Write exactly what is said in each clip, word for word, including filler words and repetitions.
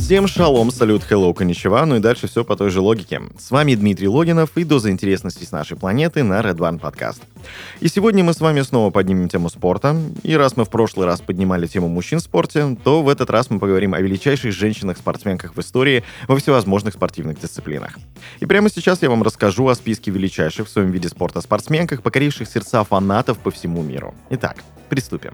Всем шалом, салют, hello, конничева, ну и дальше все по той же логике. С вами Дмитрий Логинов и доза интересностей с нашей планеты на Red One Podcast. И сегодня мы с вами снова поднимем тему спорта. И раз мы в прошлый раз поднимали тему мужчин в спорте, то в этот раз мы поговорим о величайших женщинах-спортсменках в истории во всевозможных спортивных дисциплинах. И прямо сейчас я вам расскажу о списке величайших в своем виде спорта спортсменках, покоривших сердца фанатов по всему миру. Итак, приступим.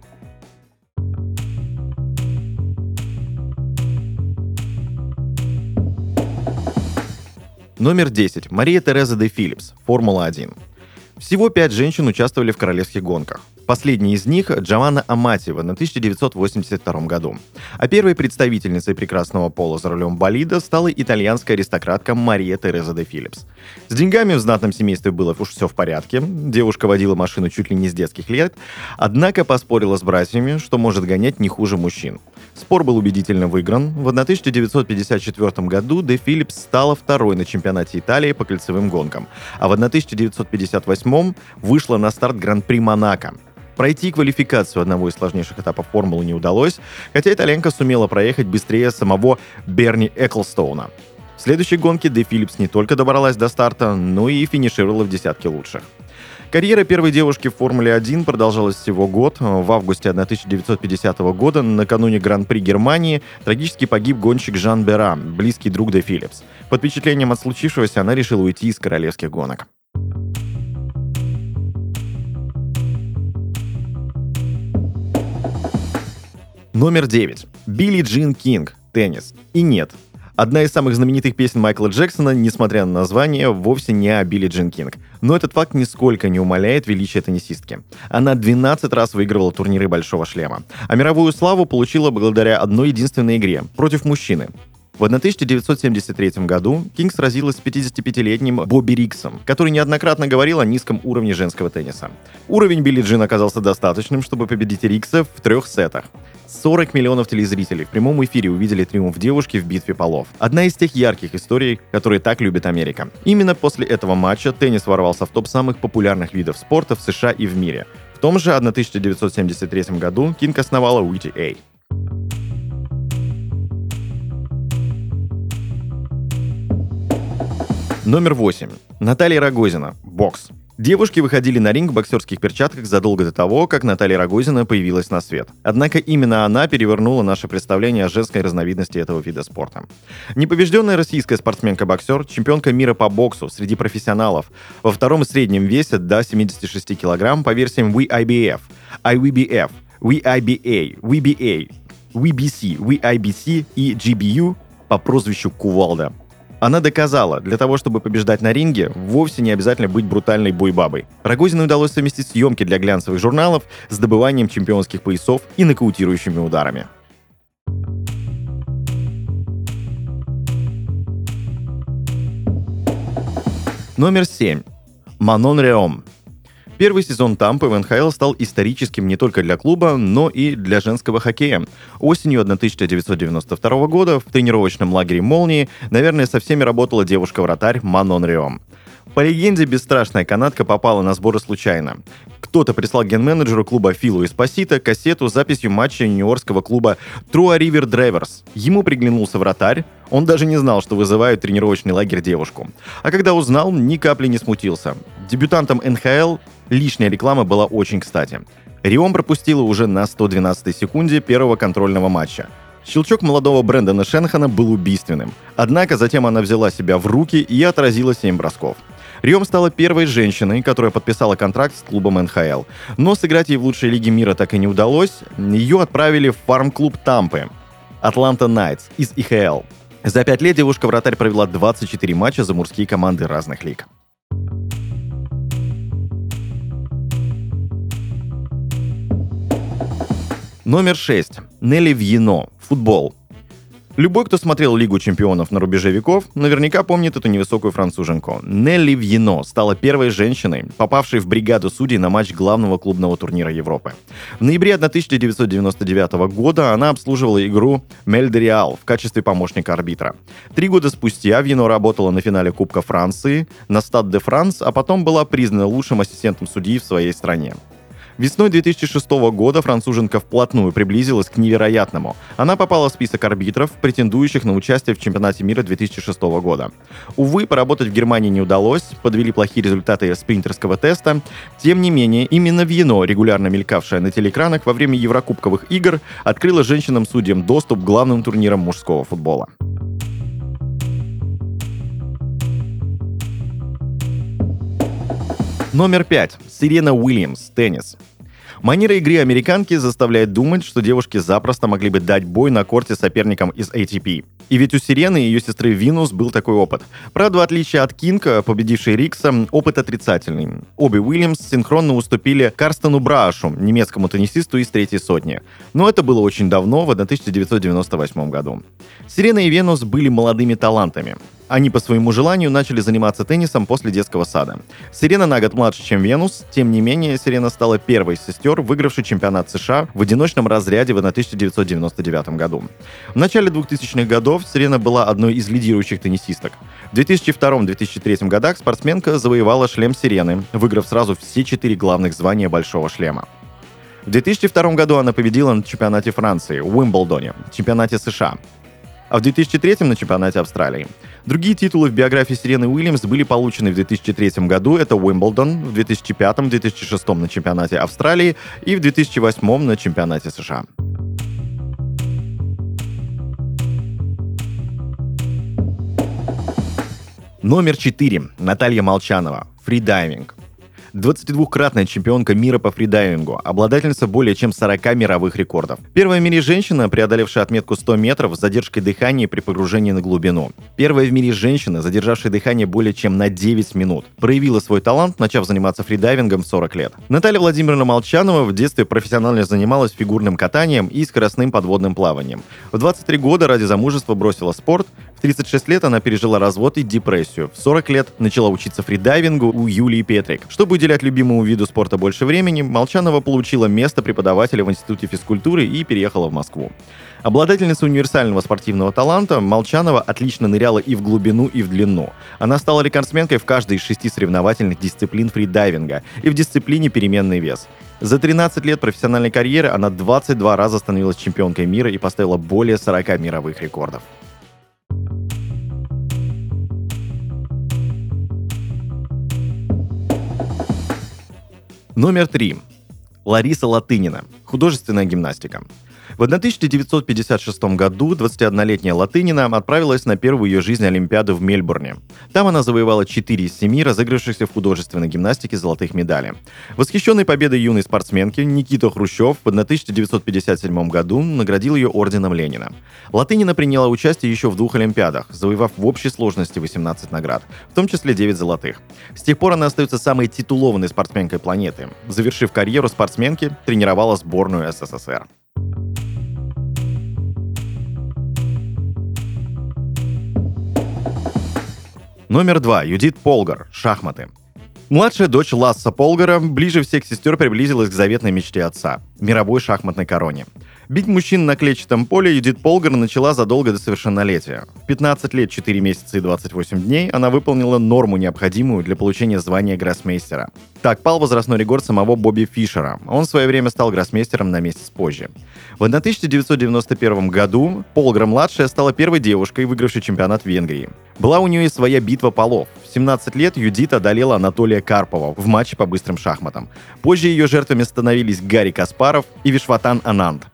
Номер десять. Мария Тереза де Филлипс. Формула один. Всего пять женщин участвовали в королевских гонках. Последняя из них — Джованна Амати в тысяча девятьсот восемьдесят втором году. А первой представительницей прекрасного пола за рулем болида стала итальянская аристократка Мария Тереза де Филлипс. С деньгами в знатном семействе было уж все в порядке, девушка водила машину чуть ли не с детских лет, однако поспорила с братьями, что может гонять не хуже мужчин. Спор был убедительно выигран. В тысяча девятьсот пятьдесят четвёртом году де Филлипс стала второй на чемпионате Италии по кольцевым гонкам, а в тысяча девятьсот пятьдесят восьмом вышла на старт Гран-при Монако. Пройти квалификацию одного из сложнейших этапов формулы не удалось, хотя итальянка сумела проехать быстрее самого Берни Эклстоуна. В следующей гонке де Филлипс не только добралась до старта, но и финишировала в десятке лучших. Карьера первой девушки в Формуле один продолжалась всего год. В августе тысяча девятьсот пятидесятого года, накануне Гран-при Германии, трагически погиб гонщик Жан Бера, близкий друг де Филлипс. Под впечатлением от случившегося она решила уйти из королевских гонок. Номер девять. Билли Джин Кинг. Теннис. И нет. Одна из самых знаменитых песен Майкла Джексона, несмотря на название, вовсе не о Билли Джин Кинг. Но этот факт нисколько не умаляет величия теннисистки. Она двенадцать раз выигрывала турниры «Большого шлема», а мировую славу получила благодаря одной единственной игре – против мужчины. В тысяча девятьсот семьдесят третьем году Кинг сразилась с пятидесятипятилетним Бобби Риксом, который неоднократно говорил о низком уровне женского тенниса. Уровень Билли Джин оказался достаточным, чтобы победить Рикса в трех сетах. сорок миллионов телезрителей в прямом эфире увидели триумф девушки в битве полов. Одна из тех ярких историй, которые так любит Америка. Именно после этого матча теннис ворвался в топ самых популярных видов спорта в США и в мире. В том же тысяча девятьсот семьдесят третьем году Кинг основала дабл ю ти эй. Номер восемь. Наталья Рогозина. Бокс. Девушки выходили на ринг в боксерских перчатках задолго до того, как Наталья Рогозина появилась на свет. Однако именно она перевернула наше представление о женской разновидности этого вида спорта. Непобежденная российская спортсменка-боксер, чемпионка мира по боксу среди профессионалов во втором и среднем весе до семидесяти шести килограмм по версиям ви ай би эф, ай ви би эф, ви ай би эй, ви би эй, ви би си, ви ай би си и джи би ю по прозвищу Кувалда. Она доказала, для того, чтобы побеждать на ринге, вовсе не обязательно быть брутальной бойбабой. Рогозиной удалось совместить съемки для глянцевых журналов с добыванием чемпионских поясов и нокаутирующими ударами. Номер семь. Манон Реом. Первый сезон Тампы в эн ха эл стал историческим не только для клуба, но и для женского хоккея. Осенью тысяча девятьсот девяносто второго года в тренировочном лагере «Молнии», наверное, со всеми работала девушка-вратарь Манон Реом. По легенде, бесстрашная канадка попала на сборы случайно. Кто-то прислал ген-менеджеру клуба Филу Эспосито кассету с записью матча нью-йоркского клуба Труа Ривер Драйверс. Ему приглянулся вратарь, он даже не знал, что вызывают в тренировочный лагерь девушку. А когда узнал, ни капли не смутился. Дебютантам эн ха эл лишняя реклама была очень кстати. Реом пропустила уже на сто двенадцатой секунде первого контрольного матча. Щелчок молодого Брэндона Шенхана был убийственным. Однако затем она взяла себя в руки и отразила семь бросков. Реом стала первой женщиной, которая подписала контракт с клубом эн ха эл. Но сыграть ей в лучшей лиге мира так и не удалось. Ее отправили в фарм-клуб Тампы Атланта Найтс из и ха эл. За пять лет девушка-вратарь провела двадцать четыре матча за мужские команды разных лиг. Номер шесть. Нелли Вьено. Футбол. Любой, кто смотрел Лигу чемпионов на рубеже веков, наверняка помнит эту невысокую француженку. Нелли Вьено стала первой женщиной, попавшей в бригаду судей на матч главного клубного турнира Европы. В ноябре тысяча девятьсот девяносто девятого года она обслуживала игру Мель де Реал в качестве помощника арбитра. Три года спустя Вьено работала на финале Кубка Франции, на Стад де Франс, а потом была признана лучшим ассистентом судьи в своей стране. Весной две тысячи шестого года француженка вплотную приблизилась к невероятному. Она попала в список арбитров, претендующих на участие в чемпионате мира две тысячи шестого года. Увы, поработать в Германии не удалось, подвели плохие результаты спринтерского теста. Тем не менее, именно Вьено, регулярно мелькавшая на телеэкранах во время Еврокубковых игр, открыла женщинам-судьям доступ к главным турнирам мужского футбола. Номер пять. Серена Уильямс. Теннис. Манера игры американки заставляет думать, что девушки запросто могли бы дать бой на корте соперникам из эй ти пи. И ведь у Сирены и ее сестры Винус был такой опыт. Правда, в отличие от Кинга, победившей Рикса, опыт отрицательный. Обе Уильямс синхронно уступили Карстену Браашу, немецкому теннисисту из третьей сотни. Но это было очень давно, в тысяча девятьсот девяносто восьмом году. Сирена и Винус были молодыми талантами. Они по своему желанию начали заниматься теннисом после детского сада. Сирена на год младше, чем Венус. Тем не менее, Сирена стала первой из сестер, выигравшей чемпионат США в одиночном разряде в тысяча девятьсот девяносто девятом году. В начале двухтысячных годов Сирена была одной из лидирующих теннисисток. В две тысячи втором — две тысячи третьем годах спортсменка завоевала шлем Сирены, выиграв сразу все четыре главных звания Большого шлема. В две тысячи втором году она победила на чемпионате Франции, в Уимблдоне, чемпионате США, а в две тысячи третьем на чемпионате Австралии. Другие титулы в биографии Сирены Уильямс были получены в две тысячи третьем году, это Уимблдон, в две тысячи пятом — две тысячи шестом на чемпионате Австралии и в две тысячи восьмом на чемпионате США. Номер четыре. Наталья Молчанова. Фридайвинг. двадцатидвукратная чемпионка мира по фридайвингу, обладательница более чем сорока мировых рекордов. Первая в мире женщина, преодолевшая отметку сто метров с задержкой дыхания при погружении на глубину. Первая в мире женщина, задержавшая дыхание более чем на девять минут. Проявила свой талант, начав заниматься фридайвингом в сорок лет. Наталья Владимировна Молчанова в детстве профессионально занималась фигурным катанием и скоростным подводным плаванием. В двадцать три года ради замужества бросила спорт. В тридцать шесть лет она пережила развод и депрессию. В сорок лет начала учиться фридайвингу у Юлии Петрик. Чтобы уделять любимому виду спорта больше времени, Молчанова получила место преподавателя в Институте физкультуры и переехала в Москву. Обладательница универсального спортивного таланта, Молчанова отлично ныряла и в глубину, и в длину. Она стала рекордсменкой в каждой из шести соревновательных дисциплин фридайвинга и в дисциплине переменный вес. За тринадцать лет профессиональной карьеры она двадцать два раза становилась чемпионкой мира и поставила более сорока мировых рекордов. Номер три. Лариса Латынина. Художественная гимнастика. В тысяча девятьсот пятьдесят шестом году двадцатиоднолетняя Латынина отправилась на первую ее жизнь Олимпиаду в Мельбурне. Там она завоевала четыре из семи разыгравшихся в художественной гимнастике золотых медалей. Восхищенный победой юной спортсменки Никита Хрущев в тысяча девятьсот пятьдесят седьмом году наградил ее орденом Ленина. Латынина приняла участие еще в двух Олимпиадах, завоевав в общей сложности восемнадцать наград, в том числе девять золотых. С тех пор она остается самой титулованной спортсменкой планеты. Завершив карьеру спортсменки, тренировала сборную эс эс эс эр. Номер два. Юдит Полгар. Шахматы. Младшая дочь Ласса Полгара ближе всех сестер приблизилась к заветной мечте отца – мировой шахматной короне. Бить мужчин на клетчатом поле Юдит Полгар начала задолго до совершеннолетия. В пятнадцать лет, четыре месяца и двадцать восемь дней она выполнила норму, необходимую для получения звания гроссмейстера. Так пал возрастной рекорд самого Бобби Фишера. Он в свое время стал гроссмейстером на месяц позже. В тысяча девятьсот девяносто первом году Полгар-младшая стала первой девушкой, выигравшей чемпионат Венгрии. Была у нее и своя битва полов. В семнадцать лет Юдит одолела Анатолия Карпова в матче по быстрым шахматам. Позже ее жертвами становились Гарри Каспаров и Вишватан Ананд.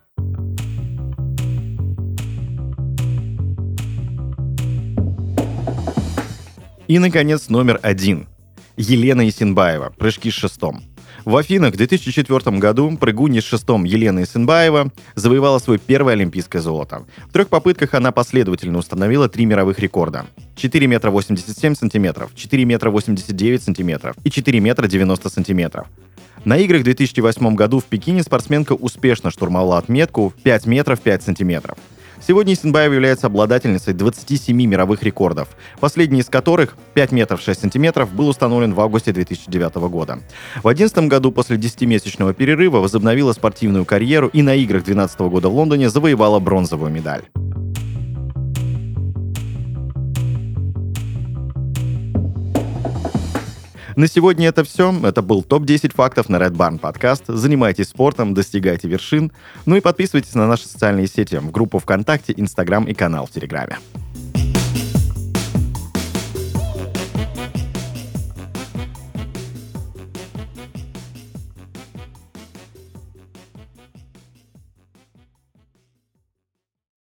И, наконец, номер один. Елена Исенбаева. Прыжки с шестом. В Афинах в две тысячи четвёртом году прыгунья с шестом Елена Исенбаева завоевала свое первое олимпийское золото. В трех попытках она последовательно установила три мировых рекорда. четыре метра восемьдесят семь сантиметров, четыре метра восемьдесят девять сантиметров и четыре метра девяносто сантиметров. На играх в две тысячи восьмом году в Пекине спортсменка успешно штурмовала отметку в пять метров пять сантиметров. Сегодня Исенбаева является обладательницей двадцати семи мировых рекордов, последний из которых, пять метров шесть сантиметров, был установлен в августе две тысячи девятого года. В две тысячи одиннадцатом году после десятимесячного перерыва возобновила спортивную карьеру и на играх две тысячи двенадцатого года в Лондоне завоевала бронзовую медаль. На сегодня это все. Это был топ десять фактов на Red Barn подкаст. Занимайтесь спортом, достигайте вершин. Ну и подписывайтесь на наши социальные сети, в группу ВКонтакте, Инстаграм и канал в Телеграме.